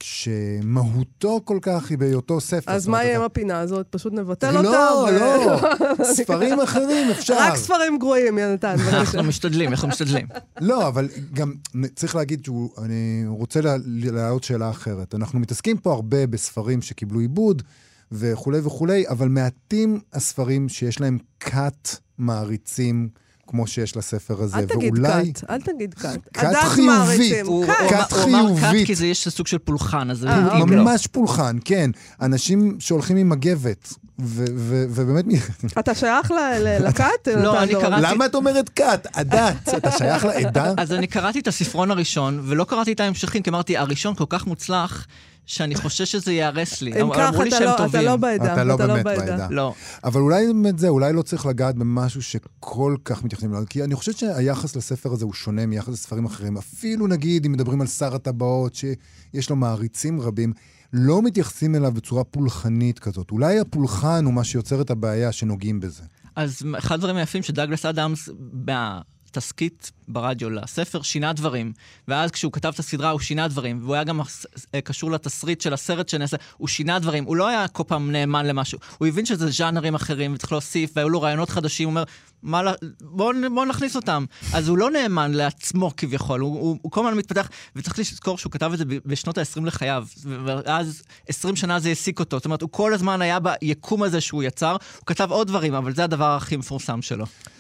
שמהותו כל כך היא בהיותו ספר. אז מה יהיה עם הפינה הזאת? פשוט נבטל אותה? לא, לא. ספרים אחרים אפשר. רק ספרים גרועים, ינתן. אנחנו משתדלים, אנחנו משתדלים. לא, אבל גם צריך להגיד שאני רוצה להעלות שאלה אחרת. אנחנו מתעסקים פה הרבה בספרים שקיבלו עיבוד וכו' וכו', אבל מעטים הספרים שיש להם קאט מעריצים כמו שיש לספר הזה. אל תגיד קאט, אל תגיד קאט. קאט חיובית. קאט חיובית. הוא אמר קאט כי זה יש סוג של פולחן, אז ממש פולחן, כן. אנשים שהולכים עם מגבת, ובאמת... אתה שייך לקאט? לא, אני קראתי... למה את אומרת קאט? עדת, אתה שייך לעדה? אז אני קראתי את הספרון הראשון, ולא קראתי את ההמשכים, כי אמרתי, הראשון כל כך מוצלח, שאני חושש שזה יערס לי. אם כך, אתה לא בעדה. אתה לא באמת בעדה. לא. אבל אולי באמת זה, אולי לא צריך לגעת במשהו שכל כך מתייחסים אליו, כי אני חושבת שהיחס לספר הזה הוא שונה מיחס לספרים אחרים. אפילו נגיד, אם מדברים על שר הטבעות, שיש לו מעריצים רבים, לא מתייחסים אליו בצורה פולחנית כזאת. אולי הפולחן הוא מה שיוצר את הבעיה שנוגעים בזה. אז אחד הדברים היפים שדאגלס אדמס, תסקית ברדיו לספר, שינה דברים. ואז כשהוא כתב את הסדרה, הוא שינה דברים. והוא היה גם קשור לתסריט של הסרט שנעשה. הוא שינה דברים. הוא לא היה כל פעם נאמן למשהו. הוא הבין שזה ז'אנרים אחרים, וצריך להוסיף, והיו לו רעיונות חדשים. הוא אומר, מה, בוא, בוא נכניס אותם. אז הוא לא נאמן לעצמו כביכול. הוא, הוא, הוא כל הזמן מתפתח, וצריך לזכור שהוא כתב את זה בשנות ה-עשרים לחייו. ואז עשרים שנה זה העסיק אותו. זאת אומרת, הוא כל הזמן היה ביקום הזה שהוא יצר. הוא כתב עוד דברים, אבל זה הדבר הכי מפורסם שלו.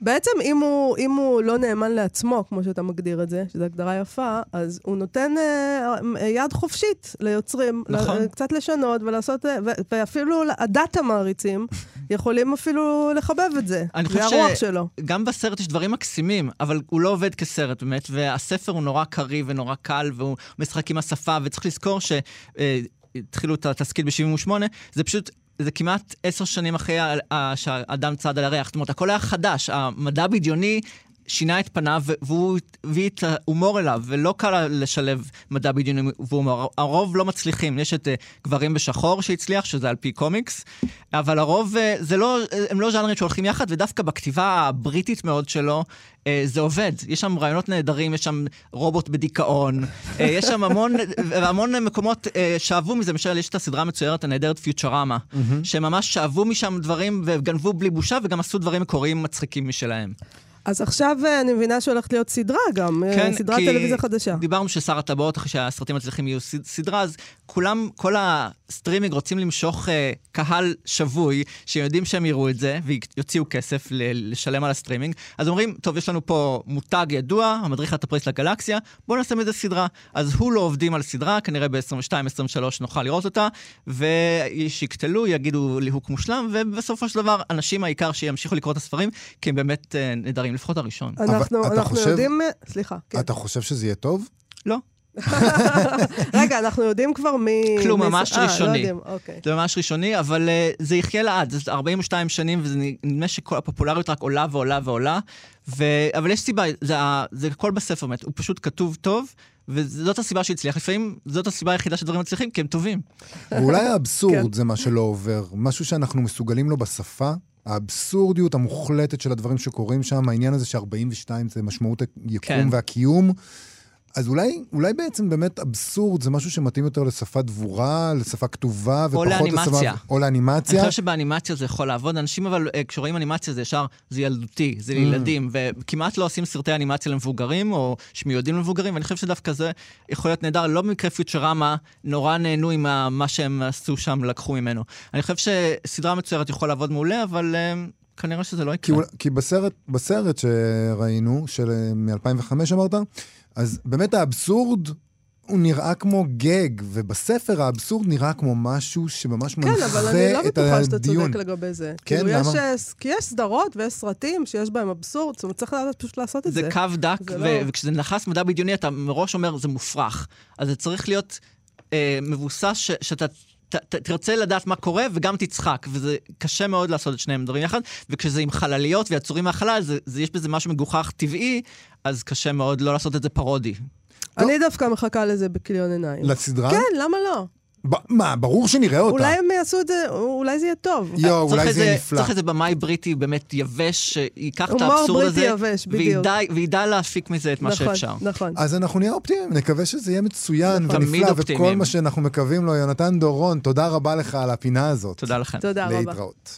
בעצם, אם הוא, אם הוא לא נאמן לעצמו, כמו שאתה מגדיר את זה, שזו הגדרה יפה, אז הוא נותן uh, יד חופשית ליוצרים, נכון. ל- קצת לשנות ולעשות, ו- ואפילו הדאטה מעריצים, יכולים אפילו לחבב את זה. אני זה חושב הרוח שלו. שגם בסרט יש דברים מקסימים, אבל הוא לא עובד כסרט באמת, והספר הוא נורא קרי ונורא קל, והוא משחק עם השפה, וצריך לזכור שהתחילו את התסקית ב-שבעים ושמונה, זה פשוט... זה כמעט עשר שנים אחרי שהאדם צעד על הירח. זאת אומרת, הכל היה חדש. המדע בדיוני שינה את פניו, והוא הביא את ההומור אליו, ולא קל לשלב מדע בדיוני והומור. הרוב לא מצליחים. יש את גברים בשחור שהצליח, שזה על פי קומיקס, אבל הרוב, זה לא, הם לא ז'אנרים שהולכים יחד, ודווקא בכתיבה הבריטית מאוד שלו, זה עובד. יש שם רעיונות נהדרים, יש שם רובוט בדיכאון, יש שם המון, המון מקומות שאהבו מזה, למשל, יש את הסדרה המצוירת הנהדרת פיוטרמה, שממש שאהבו משם דברים וגנבו בלי בושה, וגם עשו דברים מקוריים מצחיקים משלהם. אז עכשיו אני מבינה שהולכת להיות סדרה גם, כן, סדרת טלוויזיה חדשה. דיברנו ששר הטבעות, אחרי שהסרטים מצליחים יהיו סדרה, אז כולם, כל הסטרימינג רוצים למשוך uh, קהל שבוי, שיודעים שהם יראו את זה, ויוציאו כסף ל- לשלם על הסטרימינג. אז אומרים, טוב, יש לנו פה מותג ידוע, המדריך הטפריס לגלקסיה, בואו נעשה מזה סדרה. אז הוא לא עובדים על סדרה, כנראה ב-עשרים ושתיים עשרים ושלוש נוכל לראות אותה, ושיקטלו, יגידו ליהוק מושלם, ובסופו של דבר, אנשים העיקר שימשיכו לקרוא את הספרים, כי הם באמת uh, נדרים. לפחות הראשון. אנחנו, אנחנו חושב, יודעים... סליחה. כן. אתה חושב שזה יהיה טוב? לא. רגע, אנחנו יודעים כבר מי... כלום, ממש 아, ראשוני. לא יודעים, אוקיי. זה ממש ראשוני, אבל uh, זה יחיה לעד. זה ארבעים ושתיים שנים, ונדמה שכל הפופולריות רק עולה ועולה ועולה. ו... אבל יש סיבה, זה, זה הכל בספר, באמת. הוא פשוט כתוב טוב, וזאת הסיבה שהצליח. לפעמים זאת הסיבה היחידה שדברים מצליחים, כי הם טובים. ואולי האבסורד זה מה שלא עובר. משהו שאנחנו מסוגלים לו בשפה, האבסורדיות המוחלטת של הדברים שקורים שם, העניין הזה ש-ארבעים ושתיים זה משמעות היקום כן. והקיום, אז אולי, אולי בעצם באמת אבסורד זה משהו שמתאים יותר לשפה דבורה, לשפה כתובה, או לאנימציה. לשפה, או לאנימציה. אני חושב שבאנימציה זה יכול לעבוד. אנשים אבל, כשרואים אנימציה זה ישר, זה ילדותי, זה לילדים, וכמעט לא עושים סרטי אנימציה למבוגרים, או שמיועדים למבוגרים, ואני חושב שדווקא זה יכול להיות נהדר. לא במקרה פיוטרמה, נורא נהנו עם מה שהם עשו שם, לקחו ממנו. אני חושב שסדרה מצוירת יכול לעבוד מעולה, אבל כנראה שזה לא יקרה. כי, כי בסרט, בסרט שראינו, של מ-אלפיים וחמש אמרת, אז באמת האבסורד הוא נראה כמו גג, ובספר האבסורד נראה כמו משהו שממש מנחה את הדיון. כן, אבל אני לא בטוחה שאתה צודק לגבי זה. כן, כאילו למה? יש, כי יש סדרות ויש סרטים שיש בהם אבסורד, זאת אומרת, צריך לדעת פשוט לעשות את זה. זה קו דק, ו- לא... וכשזה נחס מדע בדיוני, אתה מראש אומר, זה מופרך. אז זה צריך להיות אה, מבוסס ש- שאתה... ת, ת, תרצה לדעת מה קורה וגם תצחק, וזה קשה מאוד לעשות את שניהם דברים יחד, וכשזה עם חלליות ויצורים מהחלל, זה, זה, יש בזה משהו מגוחך טבעי, אז קשה מאוד לא לעשות את זה פרודי. אני דווקא מחכה לזה בכליון עיניים. לסדרה? כן, למה לא? ב- מה, ברור שנראה אותה. אולי הם יעשו את זה, אולי זה יהיה טוב. יו, אולי זה יהיה נפלא. צריך איזה במאי בריטי באמת יבש, שיקח את הומור האבסורד בריטי הזה, יבש, בדיוק. וידע, וידע להפיק מזה את מה נכון, שאפשר. נכון. אז אנחנו נהיה אופטימיים, נקווה שזה יהיה מצוין נכון. ונפלא, וכל אופטימיים. מה שאנחנו מקווים לו. יונתן דורון, תודה רבה לך על הפינה הזאת. תודה לכם. תודה רבה. להתראות.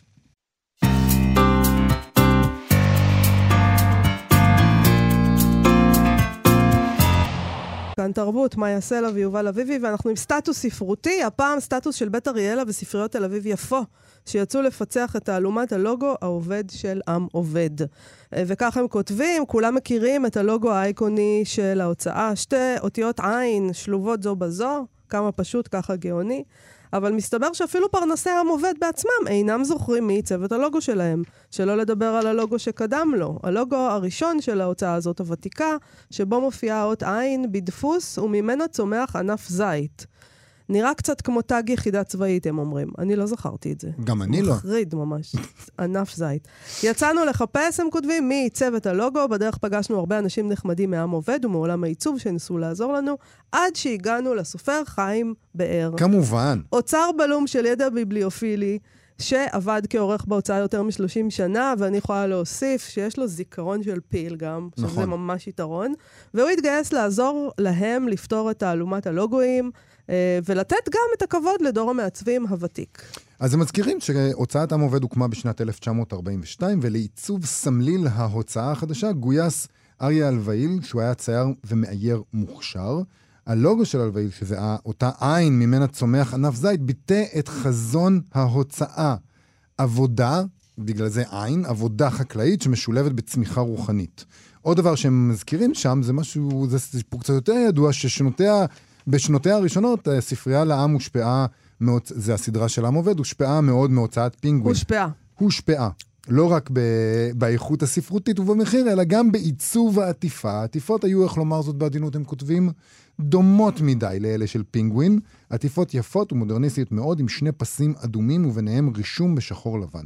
כאן תרבות, מאיה סלע ויובל אביבי, ואנחנו עם סטטוס ספרותי, הפעם סטטוס של בית אריאלה וספריות תל אביב יפו, שיצאו לפצח את תעלומת הלוגו העובד של עם עובד. וכך הם כותבים, כולם מכירים את הלוגו האייקוני של ההוצאה, שתי אותיות עין שלובות זו בזו, כמה פשוט, ככה גאוני, אבל מסתבר שאפילו פרנסי עם עובד בעצמם אינם זוכרים מי צוות הלוגו שלהם, שלא לדבר על הלוגו שקדם לו. הלוגו הראשון של ההוצאה הזאת הוותיקה, שבו מופיעה אות עין בדפוס, וממנה צומח ענף זית. נראה קצת כמו תג יחידה צבאית, הם אומרים. אני לא זכרתי את זה. גם אני לא. מחריד ממש. ענף זית. יצאנו לחפש, הם כותבים, מי עיצב את הלוגו. בדרך פגשנו הרבה אנשים נחמדים מעם עובד ומעולם העיצוב שניסו לעזור לנו, עד שהגענו לסופר חיים באר. כמובן. אוצר בלום של ידע ביבליופילי, שעבד כעורך בהוצאה יותר מ-שלושים שנה, ואני יכולה להוסיף שיש לו זיכרון של פיל גם, שזה נכון. ממש יתרון, והוא התגייס לעזור להם לפתור את תעלומת הלוגויים, ולתת גם את הכבוד לדור המעצבים הוותיק. אז הם מזכירים שהוצאת עם עובד הוקמה בשנת אלף תשע מאות ארבעים ושתיים, ולעיצוב סמליל ההוצאה החדשה גויס אריה אלוהיל, שהוא היה צייר ומאייר מוכשר. הלוגו של אלוהיל, שזה אותה עין ממנה צומח ענף זית, ביטא את חזון ההוצאה. עבודה בגלל זה עין, עבודה חקלאית שמשולבת בצמיחה רוחנית. עוד דבר שהם מזכירים שם, זה משהו, זה סיפור קצת יותר ידוע, ששנותיה, בשנותיה הראשונות, הספרייה לעם הושפעה, זה הסדרה של עם עובד, הושפעה מאוד מהוצאת פינגווין. הושפעה. הושפעה. לא רק ב- באיכות הספרותית ובמחיר, אלא גם בעיצוב העטיפה. העטיפות היו, איך לומר זאת בעדינות, הם כותבים, דומות מדי לאלה של פינגווין. עטיפות יפות ומודרניסטיות מאוד, עם שני פסים אדומים וביניהם רישום בשחור לבן.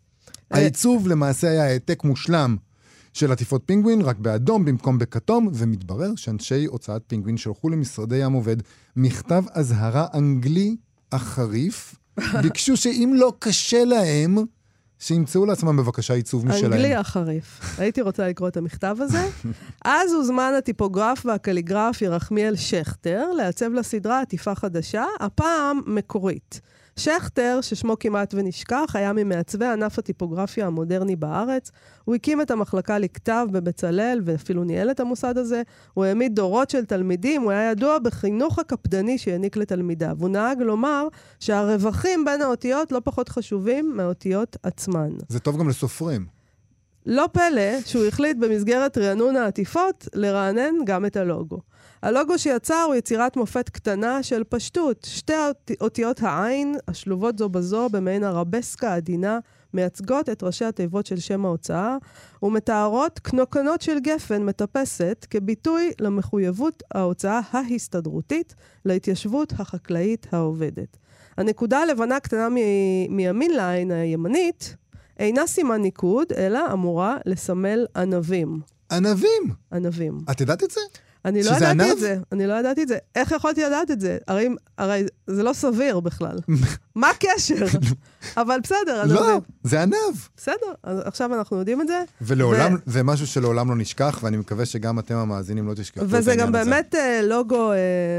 העיצוב למעשה היה העתק מושלם של עטיפות פינגווין, רק באדום במקום בכתום, ומתברר שאנשי הוצאת פינגווין שלחו למשרדי עם עובד מכתב אזהרה אנגלי החריף, ביקשו שאם לא קשה להם, שימצאו לעצמם בבקשה עיצוב משלהם. אנגלי החריף. הייתי רוצה לקרוא את המכתב הזה. אז הוזמן הטיפוגרף והקליגרף ירחמיאל שכטר לעצב לסדרה עטיפה חדשה, הפעם מקורית. שכטר, ששמו כמעט ונשכח, היה ממעצבי ענף הטיפוגרפיה המודרני בארץ. הוא הקים את המחלקה לכתב בבצלאל, ואפילו ניהל את המוסד הזה. הוא העמיד דורות של תלמידים, הוא היה ידוע בחינוך הקפדני שהעניק לתלמידיו. הוא נהג לומר שהרווחים בין האותיות לא פחות חשובים מהאותיות עצמן. זה טוב גם לסופרים. לא פלא שהוא החליט במסגרת רענון העטיפות לרענן גם את הלוגו. הלוגו שיצר הוא יצירת מופת קטנה של פשטות. שתי אותיות העין, השלובות זו בזו במעין הרבסקה עדינה, מייצגות את ראשי התיבות של שם ההוצאה, ומתארות קנוקנות של גפן מטפסת כביטוי למחויבות ההוצאה ההסתדרותית להתיישבות החקלאית העובדת. הנקודה הלבנה קטנה מ- מימין לעין הימנית, אינה סימן ניקוד, אלא אמורה לסמל ענבים. ענבים? ענבים. את ידעת את זה? אני לא ידעתי את זה, אני לא ידעתי את זה. איך יכולתי לדעת את זה? הרי, הרי זה לא סביר בכלל. מה הקשר? אבל בסדר, ענבים. לא, זה ענב. בסדר, אז עכשיו אנחנו יודעים את זה. ולעולם, זה משהו שלעולם לא נשכח, ואני מקווה שגם אתם המאזינים לא תשכחו את העניין הזה. וזה גם באמת לוגו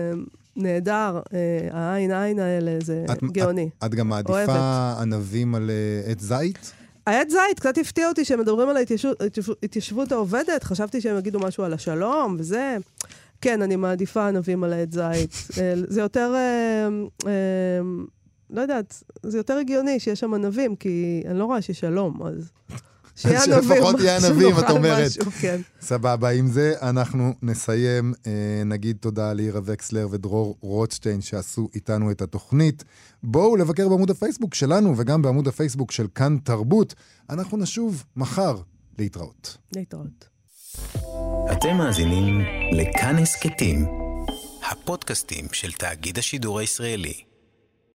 נהדר, העין עין האלה, זה גאוני. את גם מעדיפה ענבים על עץ זית? העץ זית, קצת הפתיע אותי שהם מדברים על ההתיישבות העובדת, חשבתי שהם יגידו משהו על השלום וזה. כן, אני מעדיפה ענבים על העץ זית. זה יותר, לא יודעת, זה יותר הגיוני שיש שם ענבים, כי אני לא רואה ששלום, אז שיהיה ענבים. שלפחות יהיה ענבים, את אומרת. כן. סבבה, עם זה אנחנו נסיים. נגיד תודה לירה וקסלר ודרור רוטשטיין שעשו איתנו את התוכנית. בואו לבקר בעמוד הפייסבוק שלנו וגם בעמוד הפייסבוק של כאן תרבות. אנחנו נשוב מחר להתראות. להתראות. אתם מאזינים לכאן הסכתים, הפודקאסטים של תאגיד השידור הישראלי.